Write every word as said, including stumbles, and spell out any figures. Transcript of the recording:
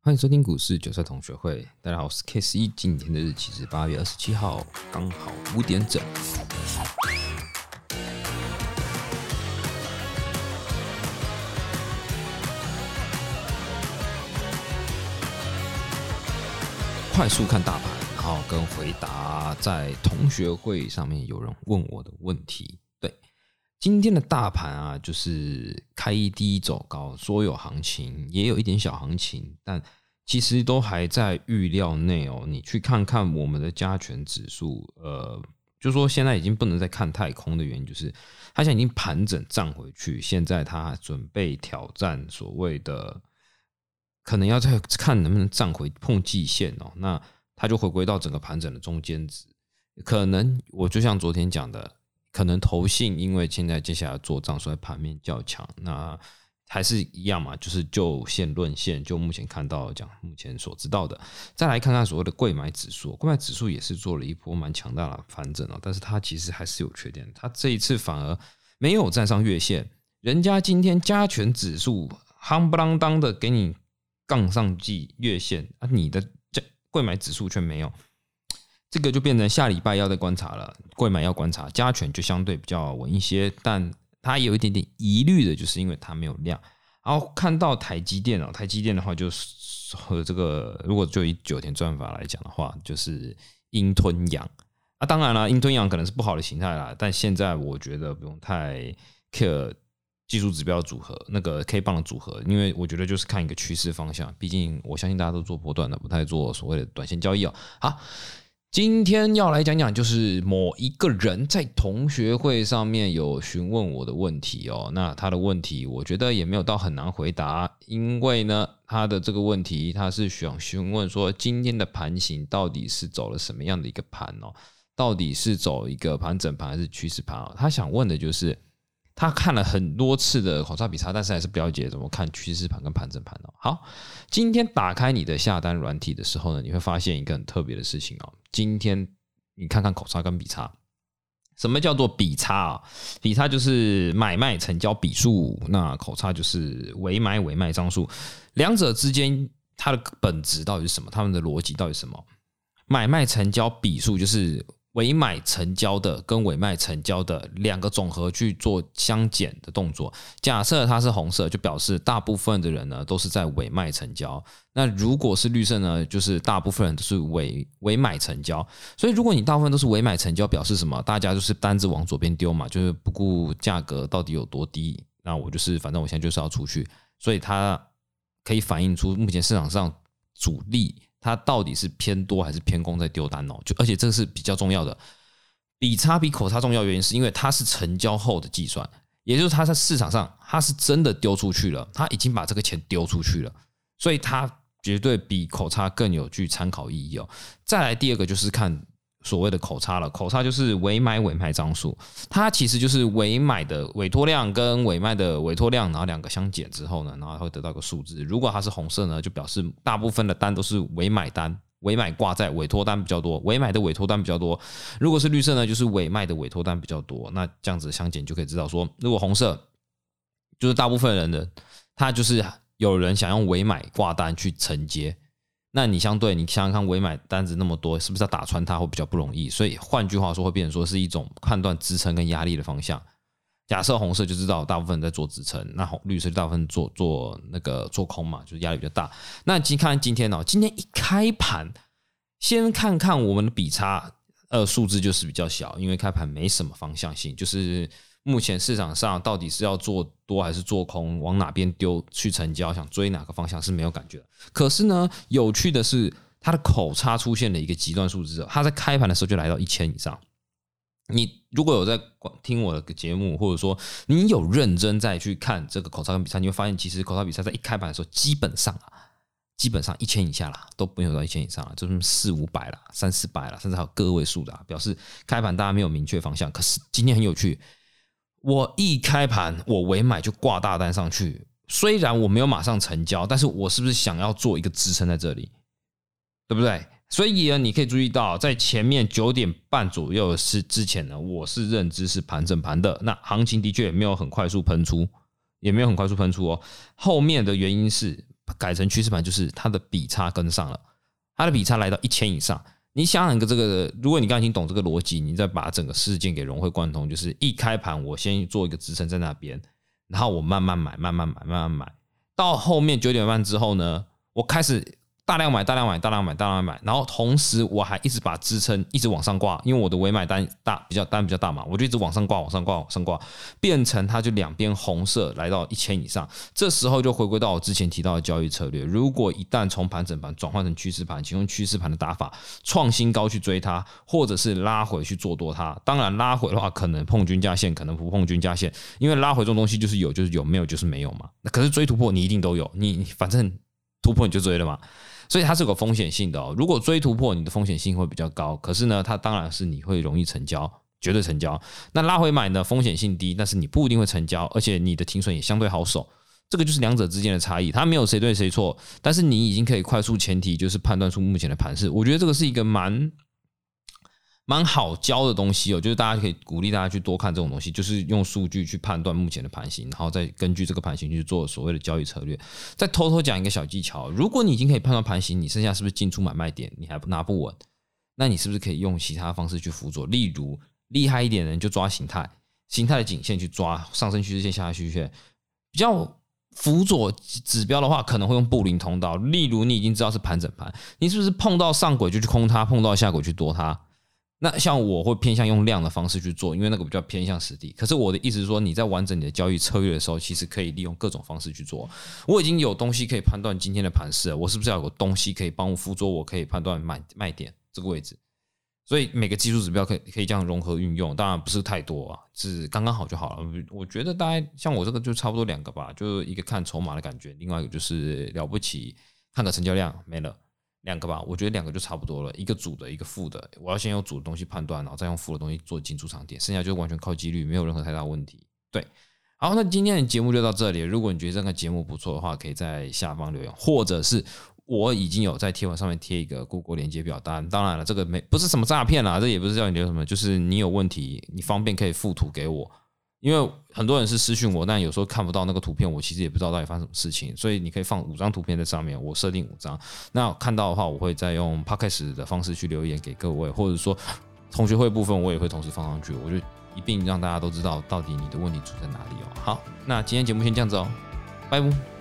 欢迎收听股市韭菜同学会，大家好，我是 K 十一，今天的日期是八月二十七号，刚好五点整。快速看大盘，然后跟回答在同学会上面有人问我的问题。对，今天的大盘啊，就是开低走高，说有行情，也有一点小行情，但其实都还在预料内哦。你去看看我们的加权指数，呃，就说现在已经不能再看太空的原因，就是它现在已经盘整站回去，现在它准备挑战所谓的。可能要再看能不能站回碰季线哦，那它就回归到整个盘整的中间值。可能我就像昨天讲的，可能投信因为现在接下来做账，所以盘面较强。那还是一样嘛，就是就线论线，就目前看到讲目前所知道的，再来看看所谓的柜买指数，柜买指数也是做了一波蛮强大的盘整哦，但是它其实还是有缺点，它这一次反而没有站上月线，人家今天加权指数夯不啷当的给你。杠上季月线啊，你的柜买指数却没有，这个就变成下礼拜要再观察了。柜买要观察，加权就相对比较稳一些，但它有一点点疑虑的，就是因为它没有量。然后看到台积电哦，台积电的话就是和这个，如果就以九田专法来讲的话，就是阴吞阳啊。当然了，阴吞阳可能是不好的形态啦，但现在我觉得不用太 care。技术指标组合，那个 K 棒的组合，因为我觉得就是看一个趋势方向，毕竟我相信大家都做波段的，不太做所谓的短线交易哦。好，今天要来讲讲，就是某一个人在同学会上面有询问我的问题哦。那他的问题，我觉得也没有到很难回答，因为呢，他的这个问题他是想询问说，今天的盘型到底是走了什么样的一个盘哦？到底是走一个盘整盘还是趋势盘哦？他想问的就是。他看了很多次的口差比差，但是还是不了解怎么看趋势盘跟盘整盘哦。好，今天打开你的下单软体的时候呢，你会发现一个很特别的事情哦。今天你看看口差跟比差，什么叫做比差啊？比差就是买卖成交笔数，那口差就是委买委卖张数，两者之间它的本质到底是什么？它们的逻辑到底是什么？买卖成交笔数就是。委买成交的跟委卖成交的两个总和去做相减的动作。假设它是红色，就表示大部分的人呢都是在委卖成交。那如果是绿色呢，就是大部分人都是委委买成交。所以如果你大部分都是委买成交，表示什么？大家就是单子往左边丢嘛，就是不顾价格到底有多低。那我就是反正我现在就是要出去，所以它可以反映出目前市场上主力。它到底是偏多还是偏空在丢单哦？就而且这个是比较重要的，比差比口差重要的原因是因为它是成交后的计算，也就是它在市场上它是真的丢出去了，它已经把这个钱丢出去了，所以它绝对比口差更有具参考意义哦。再来第二个就是看所谓的口差了，口差就是委买委卖张数，它其实就是委买的委托量跟委卖的委托量，然后两个相减之后呢，然后会得到一个数字。如果它是红色呢，就表示大部分的单都是委买单，委买挂在委托单比较多，委买的委托单比较多。如果是绿色呢，就是委卖的委托单比较多。那这样子相减就可以知道说，如果红色就是大部分人的，他就是有人想用委买挂单去承接。那你相对你想想看，委买单子那么多，是不是要打穿它会比较不容易？所以换句话说，会变成说是一种判断支撑跟压力的方向。假设红色就知道大部分人在做支撑，那绿色就大部分做做那个做空嘛，就是压力比较大。那今看今天哦，今天一开盘，先看看我们的比差，呃，数字就是比较小，因为开盘没什么方向性，就是目前市场上到底是要做多还是做空，往哪边丢去成交，想追哪个方向是没有感觉的。可是呢，有趣的是，它的口差出现了一个极端数字，它在开盘的时候就来到一千以上。你如果有在听我的节目，或者说你有认真在去看这个口差跟比差，你会发现，其实口差比差在一开盘的时候，基本上啊，基本上一千以下啦，都没有到一千以上啦，就是四五百啦、三四百啦，甚至还有个位数的啦，表示开盘大家没有明确方向。可是今天很有趣。我一开盘，我委买就挂大单上去，虽然我没有马上成交，但是我是不是想要做一个支撑在这里，对不对？所以呢，你可以注意到，在前面九点半左右是之前呢，我是认知是盘整盘的，那行情的确也没有很快速喷出，也没有很快速喷出哦。后面的原因是改成趋势盘，就是它的比差跟上了，它的比差来到一千以上。你想想个这个，如果你刚才已经懂这个逻辑，你再把整个事件给融会贯通，就是一开盘我先做一个支撑在那边，然后我慢慢买，慢慢买，慢慢买，到后面九点半之后呢，我开始大量买，大量买，大量买，大量买，然后同时我还一直把支撑一直往上挂，因为我的委买单大比较单比较大嘛，我就一直往上挂，往上挂，往上挂，变成它就两边红色来到一千以上。这时候就回归到我之前提到的交易策略，如果一旦从盘整盘转换成趋势盘，请用趋势盘的打法创新高去追它，或者是拉回去做多它。当然拉回的话，可能碰均价线，可能不碰均价线，因为拉回这种东西就是有就是有，没有就是没有嘛。那可是追突破你一定都有，你反正突破你就追了嘛。所以它是有个风险性的哦。如果追突破，你的风险性会比较高，可是呢，它当然是你会容易成交，绝对成交。那拉回买呢，风险性低，但是你不一定会成交，而且你的停损也相对好守。这个就是两者之间的差异，它没有谁对谁错，但是你已经可以快速前提就是判断出目前的盘势。我觉得这个是一个蛮蛮好教的东西哦，就是大家可以鼓励大家去多看这种东西，就是用数据去判断目前的盘形，然后再根据这个盘形去做所谓的交易策略。再偷偷讲一个小技巧，如果你已经可以判断盘形，你剩下是不是进出买卖点，你还拿不稳，那你是不是可以用其他方式去辅佐？例如厉害一点的人就抓形态，形态的颈线去抓，上升趋势线、下趋势线。比较辅佐指标的话，可能会用布林通道。例如你已经知道是盘整盘，你是不是碰到上轨就去空它，碰到下轨去多它？那像我会偏向用量的方式去做，因为那个比较偏向实地。可是我的意思是说，你在完整你的交易策略的时候，其实可以利用各种方式去做。我已经有东西可以判断今天的盘势了，我是不是要有东西可以帮我辅佐我可以判断买卖点这个位置？所以每个技术指标可以可以这样融合运用，当然不是太多啊，是刚刚好就好了。我觉得大概像我这个就差不多两个吧，就一个看筹码的感觉，另外一个就是了不起看个成交量没了。两个吧，我觉得两个就差不多了，一个主的，一个负的。我要先用主的东西判断，然后再用负的东西做进出场点，剩下就完全靠几率，没有任何太大问题。对，好，那今天的节目就到这里。如果你觉得这个节目不错的话，可以在下方留言，或者是我已经有在贴文上面贴一个 Google 连结表单。当然了，这个没不是什么诈骗啦，这也不是叫你留什么，就是你有问题，你方便可以附图给我。因为很多人是私讯我，但有时候看不到那个图片，我其实也不知道到底发生什么事情，所以你可以放五张图片在上面，我设定五张。那看到的话，我会再用 Podcast 的方式去留言给各位，或者说同学会部分我也会同时放上去，我就一并让大家都知道到底你的问题出在哪里哦。好，那今天节目先这样子哦，拜拜。